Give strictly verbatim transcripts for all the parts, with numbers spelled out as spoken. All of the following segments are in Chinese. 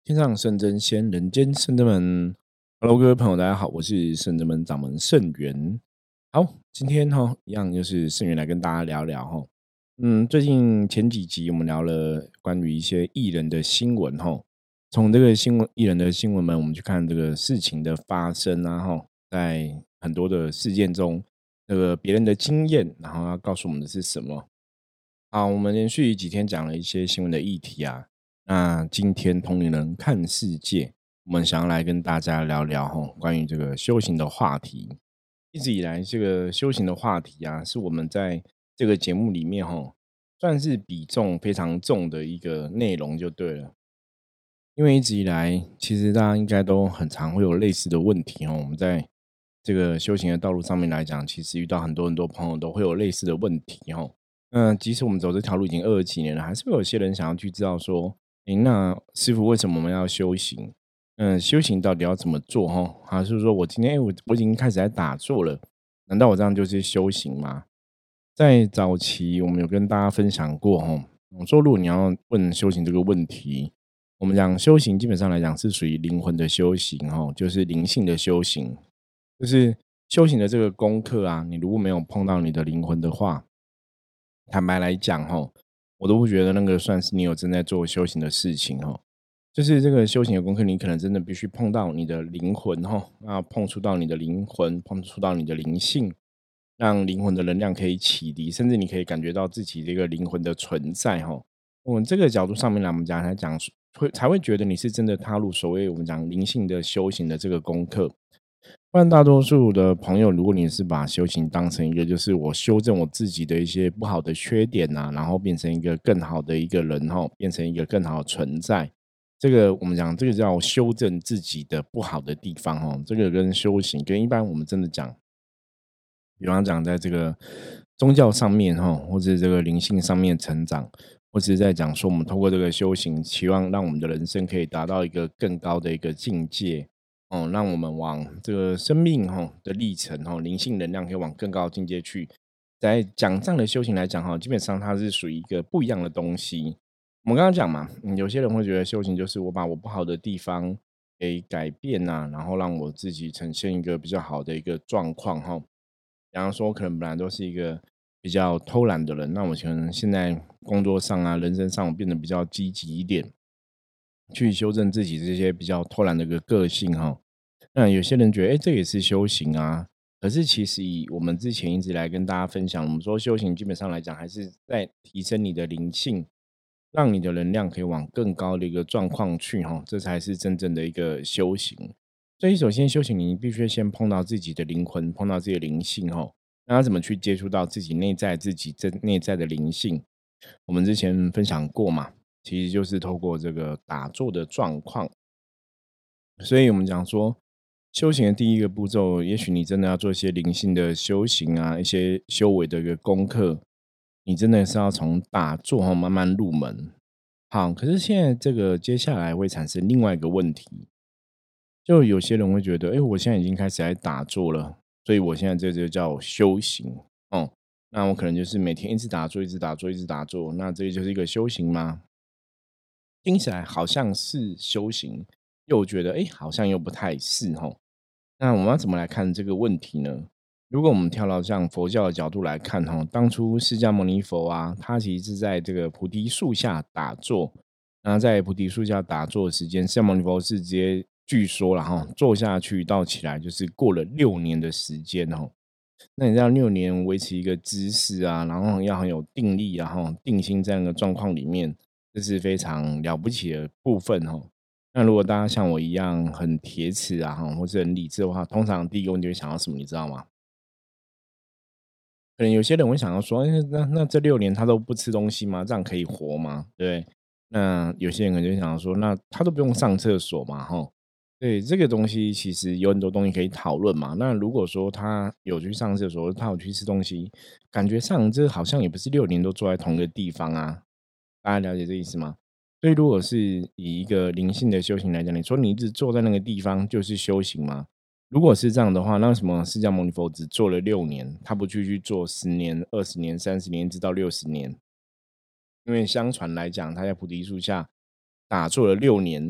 天上圣真仙，人间圣真门。Hello，各位朋友，大家好，我是圣真门掌门圣元。好，今天哈一样就是圣元来跟大家聊聊哈。嗯，最近前几集我们聊了关于一些艺人的新闻哈，从这个新闻艺人的新闻们，我们去看这个事情的发生啊哈，在很多的事件中，这个别人的经验，然后要告诉我们的是什么？好，我们连续几天讲了一些新闻的议题啊。那今天同龄人看世界，我们想要来跟大家聊聊哈，关于这个修行的话题。一直以来，这个修行的话题啊，是我们在这个节目里面哈，算是比重非常重的一个内容就对了。因为一直以来，其实大家应该都很常会有类似的问题哦。我们在这个修行的道路上面来讲，其实遇到很多很多朋友都会有类似的问题哦。嗯，即使我们走这条路已经二十几年了，还是会有些人想要去知道说，诶，那师傅为什么我们要修行？嗯，修行到底要怎么做？哈，还是说我今天诶我我已经开始在打坐了，难道我这样就是修行吗？在早期，我们有跟大家分享过哈，我说如果你要问修行这个问题，我们讲修行基本上来讲是属于灵魂的修行哈，就是灵性的修行，就是修行的这个功课啊，你如果没有碰到你的灵魂的话，坦白来讲哈，我都不觉得那个算是你有正在做修行的事情哈。就是这个修行的功课，你可能真的必须碰到你的灵魂哈，那碰触到你的灵魂，碰触到你的灵性，让灵魂的能量可以启迪，甚至你可以感觉到自己这个灵魂的存在哈。我们这个角度上面来，我们讲来讲会才会觉得你是真的踏入所谓我们讲灵性的修行的这个功课。不然大多数的朋友，如果你是把修行当成一个就是我修正我自己的一些不好的缺点呐、然后变成一个更好的一个人哈，变成一个更好的存在。这个我们讲这个叫修正自己的不好的地方哈，这个跟修行跟一般我们真的讲，比方讲在这个宗教上面哈，或者这个灵性上面成长，或者是在讲说我们通过这个修行，期望让我们的人生可以达到一个更高的一个境界哦，让我们往这个生命哈的历程哈，灵性能量可以往更高的境界去。在讲这样的修行来讲哈，基本上它是属于一个不一样的东西。我们刚刚讲嘛，嗯有些人会觉得修行就是我把我不好的地方给改变呐、然后让我自己呈现一个比较好的一个状况哈。比方说，我可能本来都是一个比较偷懒的人，那我可能现在工作上啊、人生上我变得比较积极一点，去修正自己这些比较偷懒的一个个性哈。那有些人觉得，哎，这也是修行啊。可是其实以我们之前一直来跟大家分享，我们说修行基本上来讲，还是在提升你的灵性，让你的能量可以往更高的一个状况去哈，这才是真正的一个修行。所以首先修行，你必须先碰到自己的灵魂，碰到自己的灵性哈。那要怎么去接触到自己内在自己真内在的灵性？我们之前分享过嘛，其实就是透过这个打坐的状况。所以我们讲说，修行的第一个步骤，也许你真的要做一些灵性的修行啊，一些修为的一个功课，你真的是要从打坐哈慢慢入门。好，可是现在这个接下来会产生另外一个问题，就有些人会觉得，哎，我现在已经开始来打坐了，所以我现在这就叫修行哦。那我可能就是每天一直打坐，一直打坐，一直打坐，那这就是一个修行吗？听起来好像是修行，又觉得哎，诶好像又不太是吼。那我们要怎么来看这个问题呢？如果我们跳到像佛教的角度来看哈，当初释迦牟尼佛啊，他其实是在这个菩提树下打坐。那在菩提树下打坐的时间，释迦牟尼佛是直接据说了哈，坐下去到起来就是过了六年的时间哦。那你知道六年维持一个姿势啊，然后要很有定力啊，然后定心这样的状况里面，这是非常了不起的部分哦。那如果大家像我一样很铁齿啊，哈，或是很理智的话，通常第一个问题会想到什么，你知道吗？可能有些人会想要说，哎，那那这六年他都不吃东西吗？这样可以活吗？对不对？那有些人可能就想要说，那他都不用上厕所嘛，哈。对，这个东西其实有很多东西可以讨论嘛。那如果说他有去上厕所，他有去吃东西，感觉上这好像也不是六年都坐在同一个地方啊。大家了解这意思吗？所以如果是以一个灵性的修行来讲，你说你一直坐在那个地方就是修行吗？如果是这样的话，那为什么释迦牟尼佛只做了六年，他不去去做十年、二十年、三十年，直到六十年？因为相传来讲，他在菩提树下打坐了六年，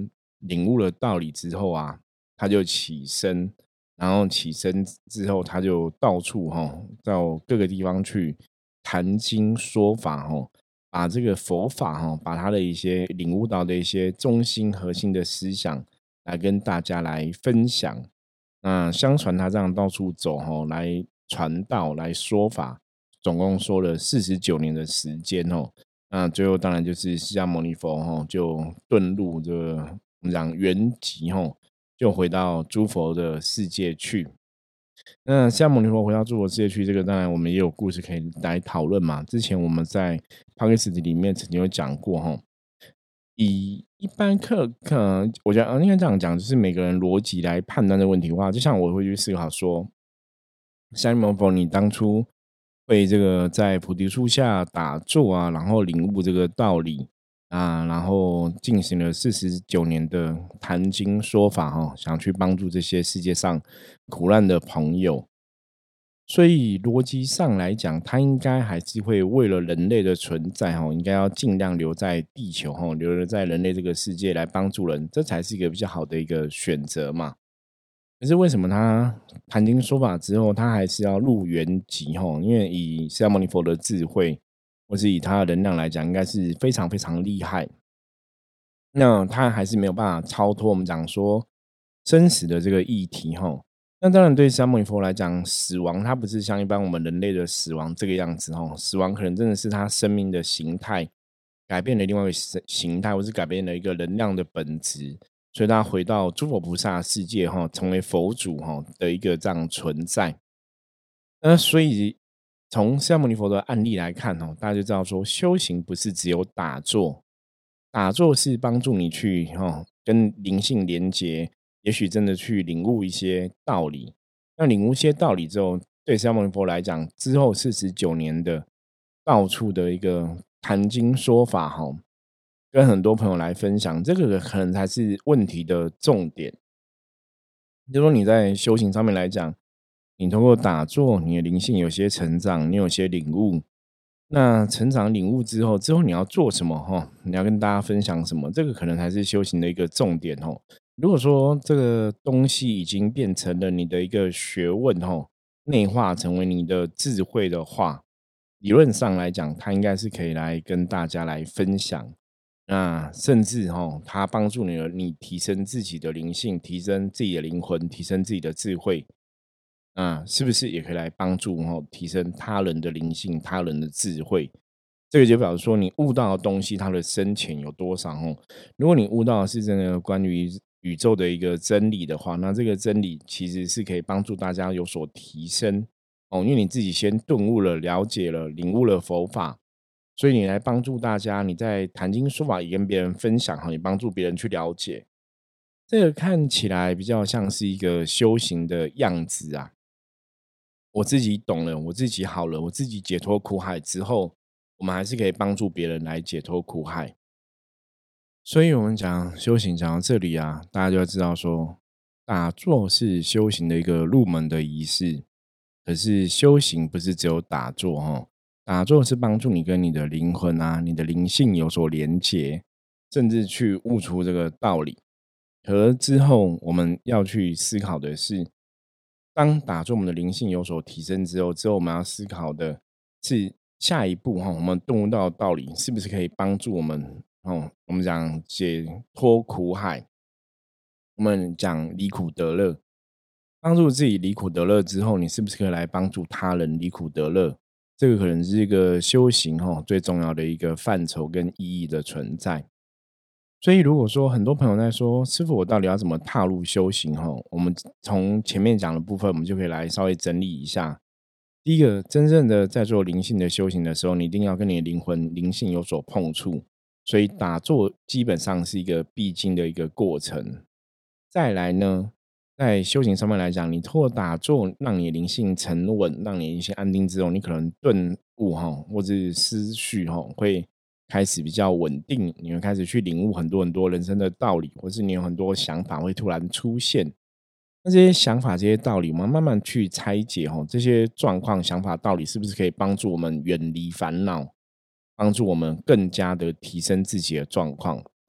领悟了道理之后啊，他就起身，然后起身之后，他就到处哈，到各个地方去谈经说法哈，把这个佛法哈，把他的一些领悟到的一些中心核心的思想来跟大家来分享。那相传他这样到处走哈，来传道来说法，总共说了四十九年的时间哦。那最后当然就是释迦牟尼佛哈，就遁入这个我们讲原籍哈，就回到诸佛的世界去。那释迦牟尼佛回到诸佛世界去，这个当然我们也有故事可以来讨论嘛。之前我们在 Podcast 里面曾经有讲过哈，以一般课可能我觉得呃应该这样讲，就是每个人逻辑来判断的问题的话，就像我会去思考说，释迦牟尼佛你当初会这个在菩提树下打坐啊，然后领悟这个道理啊，然后进行了四十九年的谈经说法哈，想去帮助这些世界上苦难的朋友。所以逻辑上来讲，他应该还是会为了人类的存在哈，应该要尽量留在地球哈，留留在人类这个世界来帮助人，这才是一个比较好的一个选择嘛。可是为什么他谈经说法之后，他还是要入原籍哈？因为以释迦牟尼佛的智慧，或是以他的能量来讲，应该是非常非常厉害。那他还是没有办法超脱我们讲说生死的这个议题哈。那当然对释迦牟尼佛来讲，死亡它不是像一般我们人类的死亡这个样子哈，死亡可能真的是他生命的形态改变了另外一个形态，或是改变了一个能量的本质，所以他回到诸佛菩萨的世界哈，成为佛祖哈的一个这样存在。那所以从释迦牟尼佛的案例来看哦，大家就知道说，修行不是只有打坐，打坐是帮助你去哈跟灵性连接，也许真的去领悟一些道理。那领悟一些道理之后，对释迦牟尼佛来讲，之后四十九年的到处的一个谈经说法哈，跟很多朋友来分享，这个可能才是问题的重点。就说你在修行上面来讲，你通过打坐，你的灵性有些成长，你有些领悟。那成长领悟之后，之后你要做什么哈？你要跟大家分享什么？这个可能才是修行的一个重点哦。如果说这个东西已经变成了你的一个学问哦，内化成为你的智慧的话，理论上来讲，它应该是可以来跟大家来分享。那甚至哈，它帮助你了，你提升自己的灵性，提升自己的灵魂，提升自己的智慧。啊，是不是也可以来帮助哈，提升他人的灵性、他人的智慧？这个就表示说，你悟到的东西，它的深浅有多少？哦，如果你悟到的是真的关于宇宙的一个真理的话，那这个真理其实是可以帮助大家有所提升哦，因为你自己先顿悟了、了解了、领悟了佛法，所以你来帮助大家，你在谈经说法也跟别人分享哈，也帮助别人去了解。这个看起来比较像是一个修行的样子啊。我自己懂了，我自己好了，我自己解脱苦海之后，我们还是可以帮助别人来解脱苦海。所以，我们讲修行讲到这里啊，大家就要知道说，打坐是修行的一个入门的仪式。可是，修行不是只有打坐哦，打坐是帮助你跟你的灵魂啊、你的灵性有所连结，甚至去悟出这个道理。而之后，我们要去思考的是，当打坐我们的灵性有所提升之后，之后我们要思考的是下一步哈，我们顿悟到的道理是不是可以帮助我们哦？我们讲解脱苦海，我们讲离苦得乐，帮助自己离苦得乐之后，你是不是可以来帮助他人离苦得乐？这个可能是一个修行哈最重要的一个范畴跟意义的存在。所以如果说很多朋友在说，师傅我到底要怎么踏入修行哈？我们从前面讲的部分，我们就可以来稍微整理一下。第一个，真正的在做灵性的修行的时候，你一定要跟你的灵魂、灵性有所碰触，所以打坐基本上是一个必经的一个过程。再来呢，在修行上面来讲，你透过打坐让你的灵性沉稳，让你的灵性安定之后，你可能顿悟哈，或者是思绪哈会开始比较稳定，你会开始去领悟很多很多人生的道理，或是你有很多想法会突然出现。那这些想法、这些道理，我们慢慢去拆解哦，这些状况、想法、道理是不是可以帮助我们远离烦恼，帮助我们更加的提升自己的状况？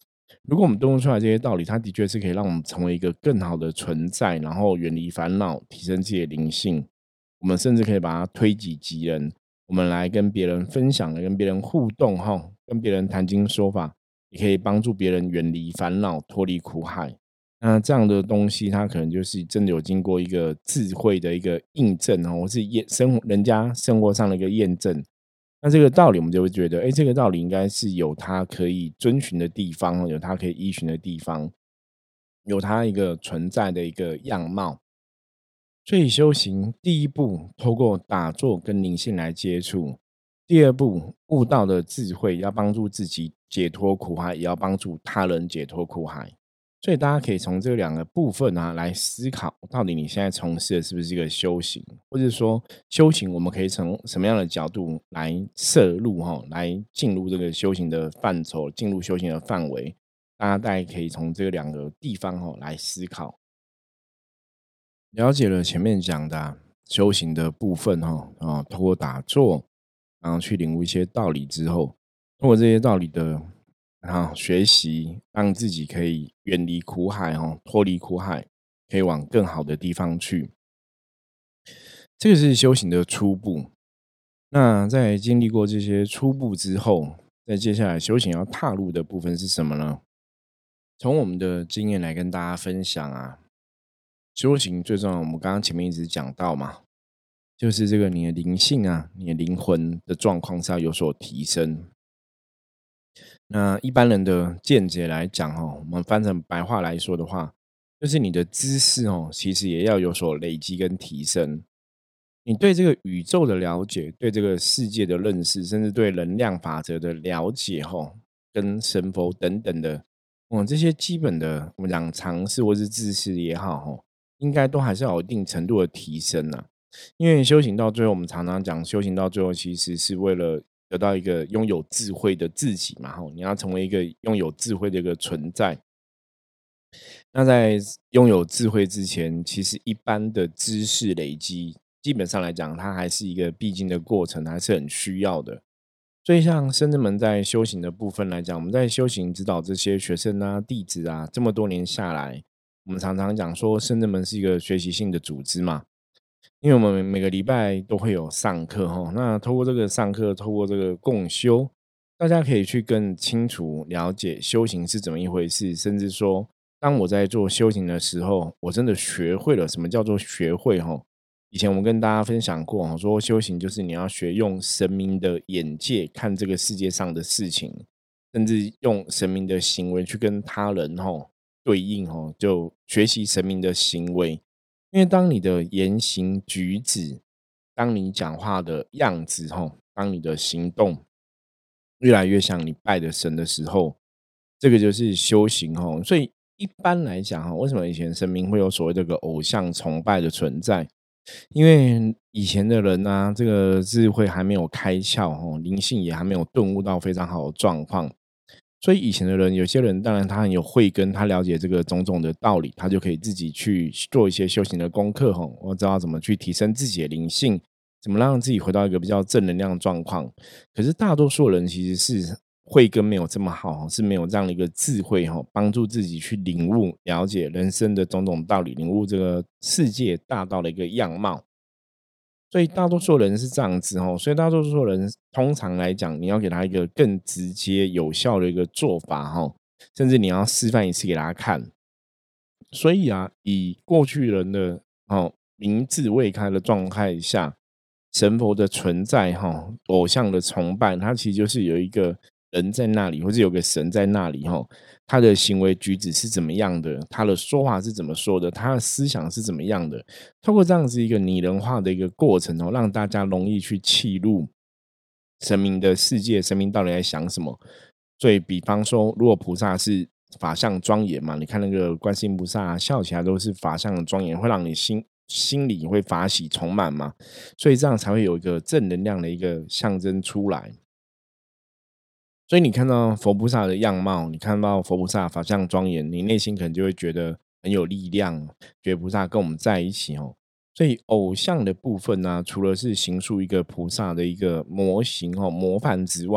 如果我们顿悟出来这些道理，它的确是可以让我们成为一个更好的存在，然后远离烦恼，提升自己的灵性。我们甚至可以把它推己及人，我们来跟别人分享，来跟别人互动，哈，跟别人谈经说法，也可以帮助别人远离烦恼，脱离苦海。那这样的东西，它可能就是真的有经过一个智慧的一个印证哦，或是验生活人家生活上的一个验证。那这个道理，我们就会觉得，哎，这个道理应该是有它可以遵循的地方，有它可以依循的地方，有它一个存在的一个样貌。所以修行第一步，透过打坐跟灵性来接触；第二步，悟道的智慧要帮助自己解脱苦海，也要帮助他人解脱苦海。所以大家可以从这两个部分啊来思考，到底你现在从事的是不是一个修行，或者说修行我们可以从什么样的角度来摄入哈，来进入这个修行的范畴，进入修行的范围。大家大概可以从这两个地方哈来思考。了解了前面讲的啊修行的部分哈啊，透过打坐，然后去领悟一些道理之后，通过这些道理的啊学习，让自己可以远离苦海哈，脱离苦海，可以往更好的地方去。这个是修行的初步。那在经历过这些初步之后，在接下来修行要踏入的部分是什么呢？从我们的经验来跟大家分享啊，修行最重要，我们刚刚前面一直讲到嘛，就是这个你的灵性啊，你的灵魂的状况是要有所提升。那一般人的见解来讲哦，我们翻成白话来说的话，就是你的知识哦，其实也要有所累积跟提升。你对这个宇宙的了解，对这个世界的认识，甚至对能量法则的了解吼，跟神佛等等的，嗯，这些基本的我们讲常识或是知识也好吼，应该都还是要有一定程度的提升啊。因为修行到最后，我们常常讲，修行到最后其实是为了得到一个拥有智慧的自己嘛，吼，你要成为一个拥有智慧的一个存在。那在拥有智慧之前，其实一般的知识累积，基本上来讲，它还是一个必经的过程，还是很需要的。所以像圣人们在修行的部分来讲，我们在修行指导这些学生啊、弟子啊，这么多年下来，我们常常讲说，圣人们是一个学习性的组织嘛。因为我们每个礼拜都会有上课哈，那透过这个上课，透过这个共修，大家可以去更清楚了解修行是怎么一回事，甚至说，当我在做修行的时候，我真的学会了什么叫做学会哈。以前我们跟大家分享过，说修行就是你要学用神明的眼界看这个世界上的事情，甚至用神明的行为去跟他人哈对应哈，就学习神明的行为。因为当你的言行举止，当你讲话的样子吼，当你的行动越来越像你拜的神的时候，这个就是修行吼。所以一般来讲哈，为什么以前神明会有所谓这个偶像崇拜的存在？因为以前的人啊，这个智慧还没有开窍吼，灵性也还没有顿悟到非常好的状况。所以以前的人，有些人当然他很有慧根，他了解这个种种的道理，他就可以自己去做一些修行的功课吼，我知道怎么去提升自己的灵性，怎么让自己回到一个比较正能量的状况。可是大多数人其实是慧根没有这么好，是没有这样的一个智慧哈，帮助自己去领悟、了解人生的种种道理，领悟这个世界大道的一个样貌。所以大多数人是这样子哦，所以大多数人通常来讲，你要给他一个更直接有效的一个做法哈，甚至你要示范一次给他看。所以啊，以过去人的哦明智未开的状态下，神佛的存在哈，偶像的崇拜，它其实就是有一个人在那里，或者有个神在那里哈，他的行为举止是怎么样的，他的说话是怎么说的，他的思想是怎么样的，透过这样子一个拟人化的一个过程哦，让大家容易去契入神明的世界，神明到底在想什么。所以比方说，如果菩萨是法相庄严嘛，你看那个观世音菩萨啊笑起来都是法相的庄严，会让你心心里会法喜充满嘛，所以这样才会有一个正能量的一个象征出来。所以你看到佛菩萨的样貌，你看到佛菩萨法相庄严，你内心可能就会觉得很有力量，觉得菩萨跟我们在一起哦。所以偶像的部分呢、除了是形塑一个菩萨的一个模型哦模范之外，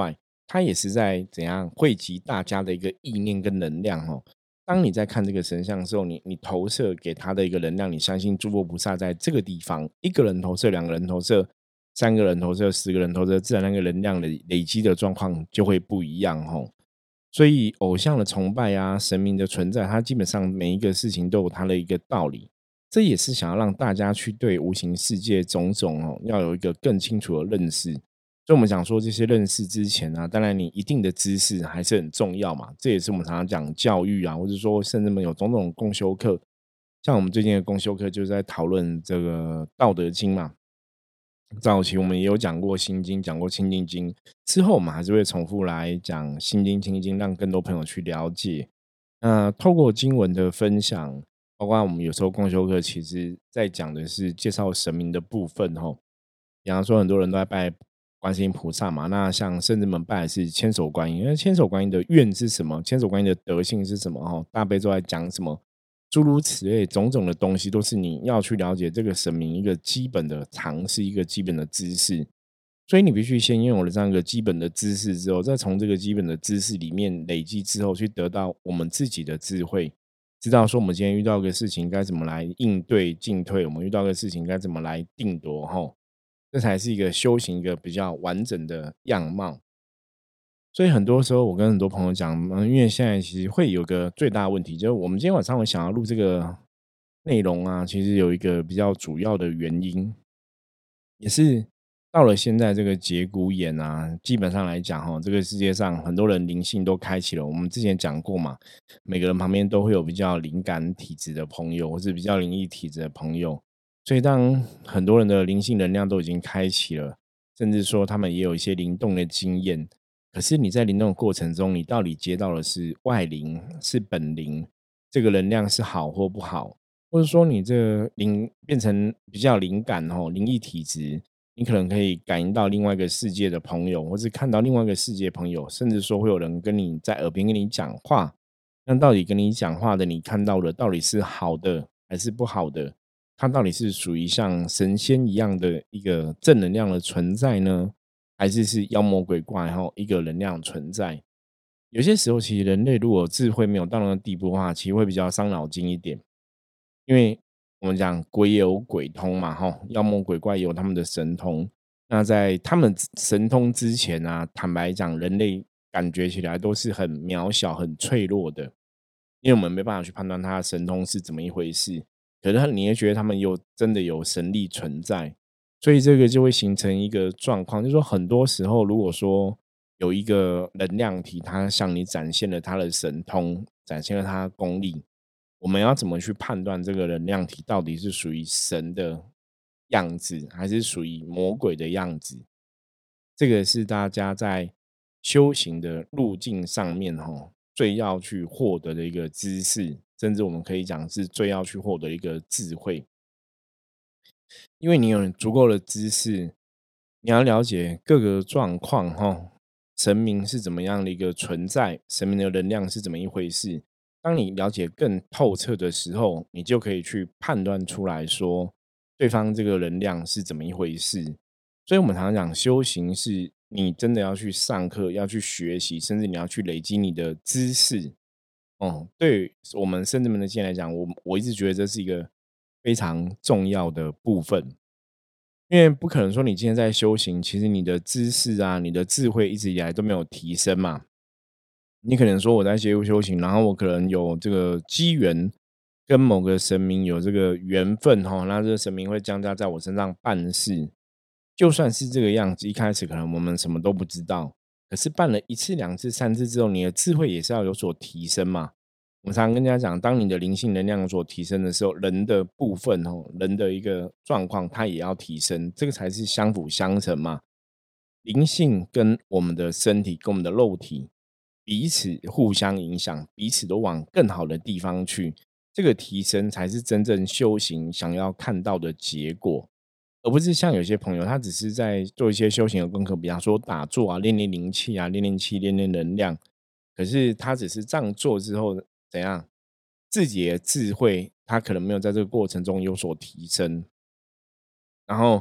它也是在怎样汇集大家的一个意念跟能量哦。当你在看这个神像的时候，你你投射给他的一个能量，你相信诸佛菩萨在这个地方，一个人投射，两个人投射，三个人投射，十个人投射，自然那个能量的累积的状况就会不一样哦。所以偶像的崇拜啊，神明的存在，它基本上每一个事情都有它的一个道理。这也是想要让大家去对无形世界种种哦，要有一个更清楚的认识。所以我们讲说这些认识之前啊，当然你一定的知识还是很重要嘛。这也是我们常常讲教育啊，或者说甚至们有种种共修课，像我们最近的共修课就是在讨论这个《道德经》嘛。早期我们也有讲过《心经》，讲过《清净经》，之后我们还是会重复来讲《心经》、《清经》，让更多朋友去了解。那透过经文的分享，包括我们有时候共修课，其实在讲的是介绍神明的部分吼。比方说，很多人都在拜观世音菩萨嘛，那像圣人们拜的是千手观音，因为千手观音的愿是什么？千手观音的德性是什么？吼，大悲咒在讲什么？诸如此类，种种的东西都是你要去了解这个神明一个基本的常识，一个基本的知识。所以你必须先拥有了这样一个基本的知识之后，再从这个基本的知识里面累积之后，去得到我们自己的智慧，知道说我们今天遇到一个事情该怎么来应对进退，我们遇到一个事情该怎么来定夺吼，这才是一个修行一个比较完整的样貌。所以很多时候我跟很多朋友讲，嗯，因为现在其实会有个最大的问题，就是我们今天晚上我想要录这个内容啊，其实有一个比较主要的原因，也是到了现在这个节骨眼啊，基本上来讲哈，这个世界上很多人灵性都开启了。我们之前讲过嘛，每个人旁边都会有比较灵感体质的朋友，或是比较灵异体质的朋友。所以当很多人的灵性能量都已经开启了，甚至说他们也有一些灵动的经验，可是你在灵动的过程中，你到底接到的是外灵，是本灵，这个能量是好或不好？或者说你这个灵变成比较灵感哦，灵异体质，你可能可以感应到另外一个世界的朋友，或是看到另外一个世界朋友，甚至说会有人跟你在耳边跟你讲话。那到底跟你讲话的，你看到的到底是好的还是不好的？它到底是属于像神仙一样的一个正能量的存在呢，还是是妖魔鬼怪哈一个能量存在？有些时候，其实人类如果智慧没有到那个地步的话，其实会比较伤脑筋一点。因为我们讲鬼也有鬼通嘛，哈，妖魔鬼怪也有他们的神通。那在他们神通之前啊，坦白讲，人类感觉起来都是很渺小、很脆弱的，因为我们没办法去判断他的神通是怎么一回事。可是你也觉得他们有真的有神力存在，所以这个就会形成一个状况，就是说很多时候，如果说有一个能量体，它向你展现了它的神通，展现了它的功力，我们要怎么去判断这个能量体到底是属于神的样子，还是属于魔鬼的样子？这个是大家在修行的路径上面哈，最要去获得的一个知识，甚至我们可以讲是最要去获得一个智慧。因为你有足够的知识，你要了解各个状况哈，神明是怎么样的一个存在，神明的能量是怎么一回事。当你了解更透彻的时候，你就可以去判断出来说，对方这个能量是怎么一回事。所以我们常常讲修行是你真的要去上课，要去学习，甚至你要去累积你的知识。哦，对我们圣至门的经验来讲，我我一直觉得这是一个非常重要的部分，因为不可能说你今天在修行，其实你的知识啊、你的智慧一直以来都没有提升嘛。你可能说我在接触修行，然后我可能有这个机缘，跟某个神明有这个缘分哈，那这个神明会降价在我身上办事。就算是这个样子，一开始可能我们什么都不知道，可是办了一次、两次、三次之后，你的智慧也是要有所提升嘛。我们常常跟大家讲，当你的灵性能量有所提升的时候，人的部分哦，人的一个状况，它也要提升，这个才是相辅相成嘛。灵性跟我们的身体、跟我们的肉体彼此互相影响，彼此都往更好的地方去，这个提升才是真正修行想要看到的结果。而不是像有些朋友，他只是在做一些修行的功课，比方说打坐啊、练练灵气啊、练练气、练练能量。可是他只是这样做之后，怎样自己的智慧，他可能没有在这个过程中有所提升。然后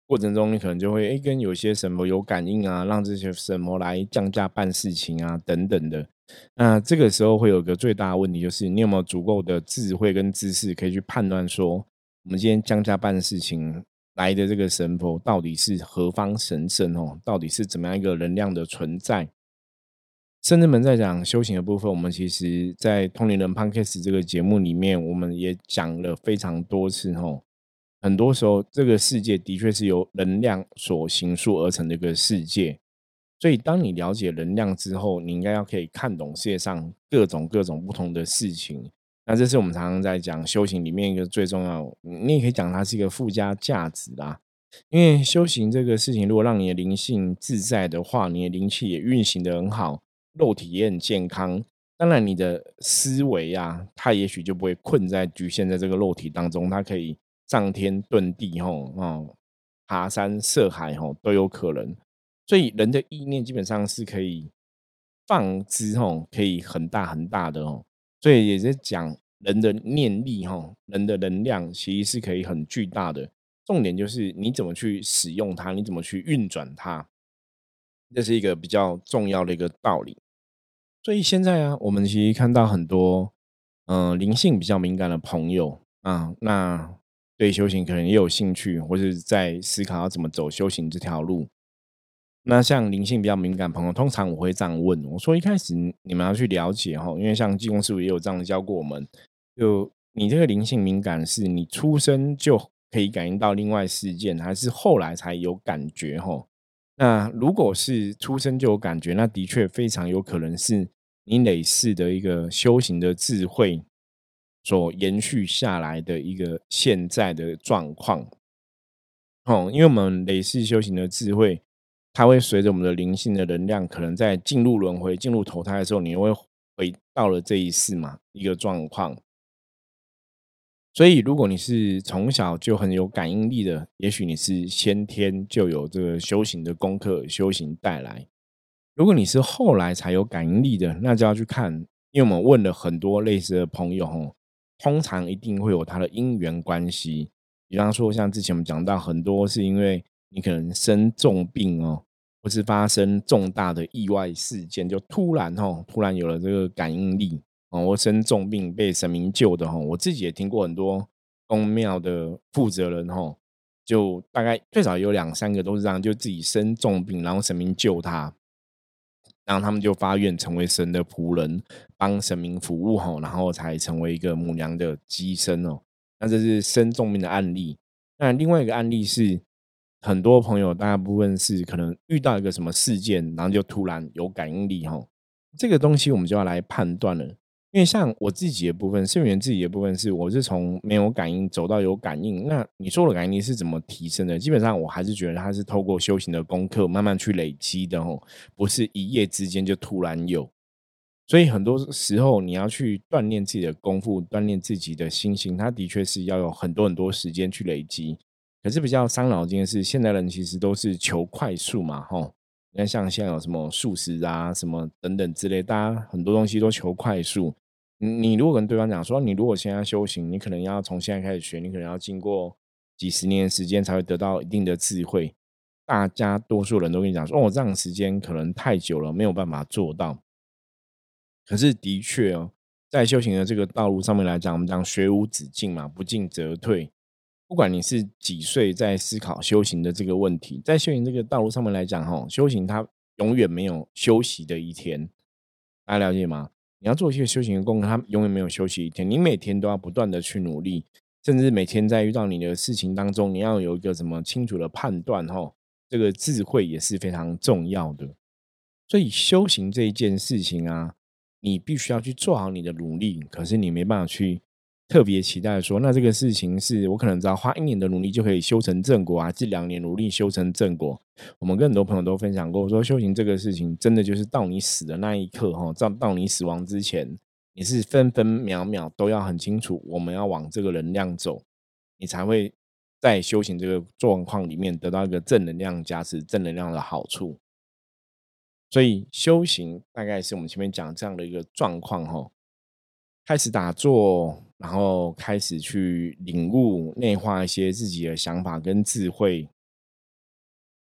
过程中，你可能就会诶跟有些神佛有感应啊，让这些神佛来降价办事情啊，等等的。那这个时候会有一个最大的问题，就是你有没有足够的智慧跟知识，可以去判断说，我们今天降价办事情来的这个神佛到底是何方神圣哦，到底是怎么样一个能量的存在。甚至们在讲修行的部分，我们其实在通灵人 Podcast 这个节目里面，我们也讲了非常多次吼。很多时候，这个世界的确是由能量所形塑而成的一个世界。所以，当你了解能量之后，你应该要可以看懂世界上各种各种不同的事情。那这是我们常常在讲修行里面一个最重要，你也可以讲它是一个附加价值啦。因为修行这个事情，如果让你的灵性自在的话，你的灵气也运行的很好，肉体也很健康，当然你的思维啊，它也许就不会困在局限在这个肉体当中，它可以上天遁地吼，哦，爬山涉海吼都有可能。所以人的意念基本上是可以放之吼，可以很大很大的哦。所以也是讲人的念力吼，人的能量其实是可以很巨大的。重点就是你怎么去使用它，你怎么去运转它，这是一个比较重要的一个道理。所以现在啊，我们其实看到很多，嗯、灵性比较敏感的朋友啊，那对修行可能也有兴趣，或是在思考要怎么走修行这条路。那像灵性比较敏感的朋友，通常我会这样问我说：“一开始你们要去了解哈，因为像济公师傅也有这样教过我们，就你这个灵性敏感是你出生就可以感应到另外事件，还是后来才有感觉哈？那如果是出生就有感觉，那的确非常有可能是你累世的一个修行的智慧所延续下来的一个现在的状况。哦，因为我们累世修行的智慧，它会随着我们的灵性的能量，可能在进入轮回、进入投胎的时候，你又会回到了这一世嘛，一个状况。所以，如果你是从小就很有感应力的，也许你是先天就有这个修行的功课、修行带来。如果你是后来才有感应力的，那就要去看，因为我们问了很多类似的朋友吼，通常一定会有他的因缘关系。比方说，像之前我们讲到很多是因为你可能生重病哦，或是发生重大的意外事件，就突然哦，突然有了这个感应力哦，或生重病被神明救的哦。我自己也听过很多宫庙的负责人哦，就大概最少有两三个都是这样，就自己生重病，然后神明救他，然后他们就发愿成为神的仆人，帮神明服务吼，然后才成为一个母娘的机身哦。那这是生重病的案例。那另外一个案例是，很多朋友大部分是可能遇到一个什么事件，然后就突然有感应力吼。这个东西我们就要来判断了。因为像我自己的部分，圣元自己的部分是，我是从没有感应走到有感应。那你说的感应力是怎么提升的？基本上我还是觉得它是透过修行的功课慢慢去累积的吼，不是一夜之间就突然有。所以很多时候你要去锻炼自己的功夫，锻炼自己的心性，它的确是要有很多很多时间去累积。可是比较伤脑筋的是，现代人其实都是求快速嘛，吼。你看像现在有什么素食啊、什么等等之类，大家很多东西都求快速。你你如果跟对方讲说，你如果现在修行，你可能要从现在开始学，你可能要经过几十年的时间才会得到一定的智慧。大家多数人都跟你讲说，哦，我这样的时间可能太久了，没有办法做到。可是的确哦，在修行的这个道路上面来讲，我们讲学无止境嘛，不进则退。不管你是几岁在思考修行的这个问题，在修行这个道路上面来讲，哈，修行它永远没有休息的一天，大家了解吗？你要做一些修行的功课，它永远没有休息一天，你每天都要不断的去努力，甚至每天在遇到你的事情当中，你要有一个什么清楚的判断，哈，这个智慧也是非常重要的。所以修行这一件事情啊，你必须要去做好你的努力，可是你没办法去特别期待说，那这个事情是我可能只要花一年的努力就可以修成正果啊，这两年努力修成正果。我们跟很多朋友都分享过，说修行这个事情，真的就是到你死的那一刻哈，到到你死亡之前，你是分分秒秒都要很清楚，我们要往这个能量走，你才会在修行这个状况里面得到一个正能量加持、正能量的好处。所以修行大概是我们前面讲这样的一个状况哈，开始打坐，然后开始去领悟、内化一些自己的想法跟智慧，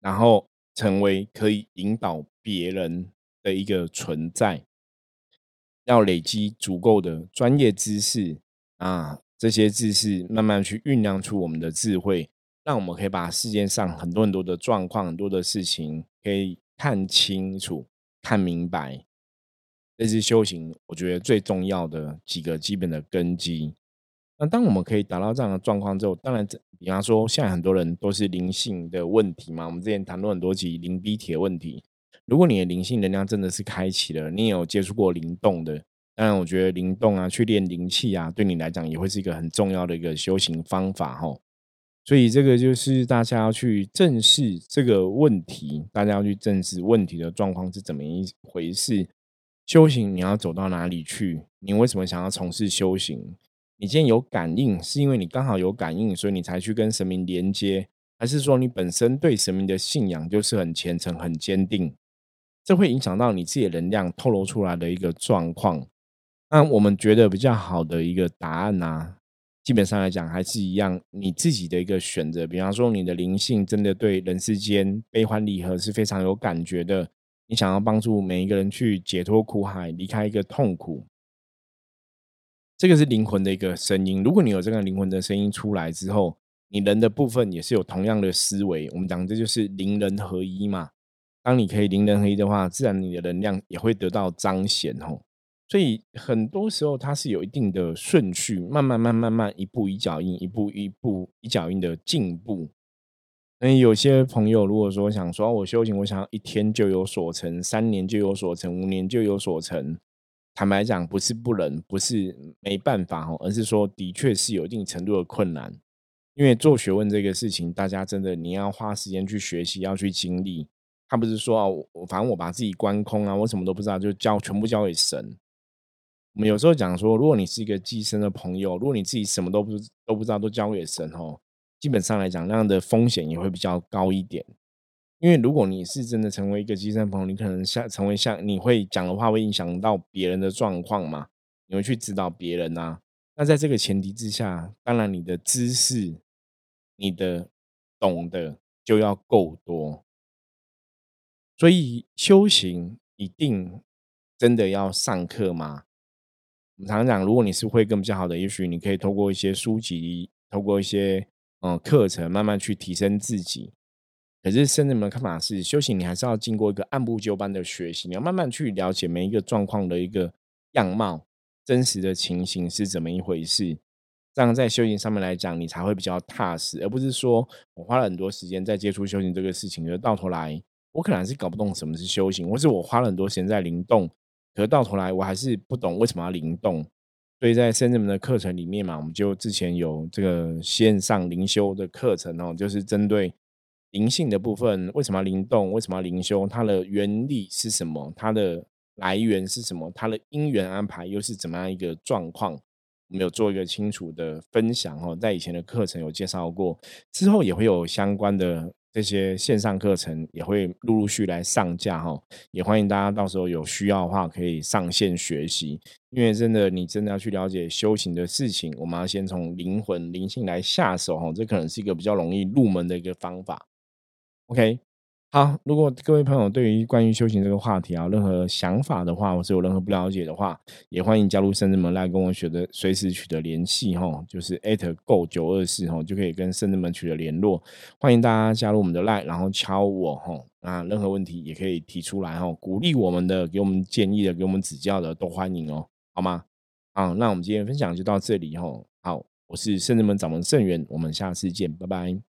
然后成为可以引导别人的一个存在。要累积足够的专业知识啊，这些知识慢慢去酝酿出我们的智慧，让我们可以把世界上很多很多的状况、很多的事情可以看清楚、看明白。这是修行，我觉得最重要的几个基本的根基。那当我们可以达到这样的状况之后，当然这，比方说现在很多人都是灵性的问题嘛，我们之前谈论很多集灵逼体的问题。如果你的灵性能量真的是开启了，你也有接触过灵动的，当然我觉得灵动啊，去练灵气啊，对你来讲也会是一个很重要的一个修行方法吼。所以这个就是大家要去正视这个问题，大家要去正视问题的状况是怎么一回事。修行你要走到哪里去？你为什么想要从事修行？你今天有感应，是因为你刚好有感应，所以你才去跟神明连接，还是说你本身对神明的信仰就是很虔诚、很坚定？这会影响到你自己的能量透露出来的一个状况。那我们觉得比较好的一个答案啊，基本上来讲还是一样，你自己的一个选择。比方说，你的灵性真的对人世间悲欢离合是非常有感觉的，你想要帮助每一个人去解脱苦海，离开一个痛苦，这个是灵魂的一个声音。如果你有这个灵魂的声音出来之后，你人的部分也是有同样的思维。我们讲这就是灵人合一嘛。当你可以灵人合一的话，自然你的能量也会得到彰显吼。所以很多时候它是有一定的顺序，慢慢慢慢慢一步一脚印，一步一步一脚印的进步。那有些朋友如果说想说，我修行，我想要一天就有所成，三年就有所成，五年就有所成。坦白讲，不是不能，不是没办法哦，而是说的确是有一定程度的困难。因为做学问这个事情，大家真的你要花时间去学习，要去经历。他不是说啊，我反正我把自己关空啊，我什么都不知道，就交全部交给神。我们有时候讲说，如果你是一个寄生的朋友，如果你自己什么都不都不知道，都交给神哦，基本上来讲，那样的风险也会比较高一点。因为如果你是真的成为一个寄生朋友，你可能像成为像你会讲的话，会影响到别人的状况嘛，你会去指导别人啊。那在这个前提之下，当然你的知识、你的懂的就要够多。所以修行一定真的要上课吗？我们常常讲，如果你是会更比较好的，也许你可以透过一些书籍，透过一些呃课程，慢慢去提升自己。可是圣人们的看法是，修行你还是要经过一个按部就班的学习，你要慢慢去了解每一个状况的一个样貌，真实的情形是怎么一回事。这样在修行上面来讲，你才会比较踏实，而不是说我花了很多时间在接触修行这个事情，而到头来我可能还是搞不懂什么是修行，或是我花了很多时间在灵动，可是到头来我还是不懂为什么要灵动。所以在圣人们的课程里面嘛，我们就之前有这个线上灵修的课程哦，就是针对灵性的部分，为什么要灵动，为什么要灵修，它的原理是什么，它的来源是什么，它的因缘安排又是怎么样一个状况，我们有做一个清楚的分享哦，在以前的课程有介绍过，之后也会有相关的这些线上课程也会陆陆续来上架哈，也欢迎大家到时候有需要的话可以上线学习。因为真的你真的要去了解修行的事情，我们要先从灵魂灵性来下手哈，这可能是一个比较容易入门的一个方法。OK，好，如果各位朋友对于关于修行这个话题啊，有任何想法的话，或是有任何不了解的话，也欢迎加入圣人门来跟我取得随时取得联系哈，就是 at go 九二四哈，就可以跟圣人门取得联络。欢迎大家加入我们的 line，然后敲我哈，那任何问题也可以提出来哈，鼓励我们的、给我们建议的、给我们指教的都欢迎哦，好吗？好，那我们今天分享就到这里哈。好，我是圣人门掌门圣元，我们下次见，拜拜。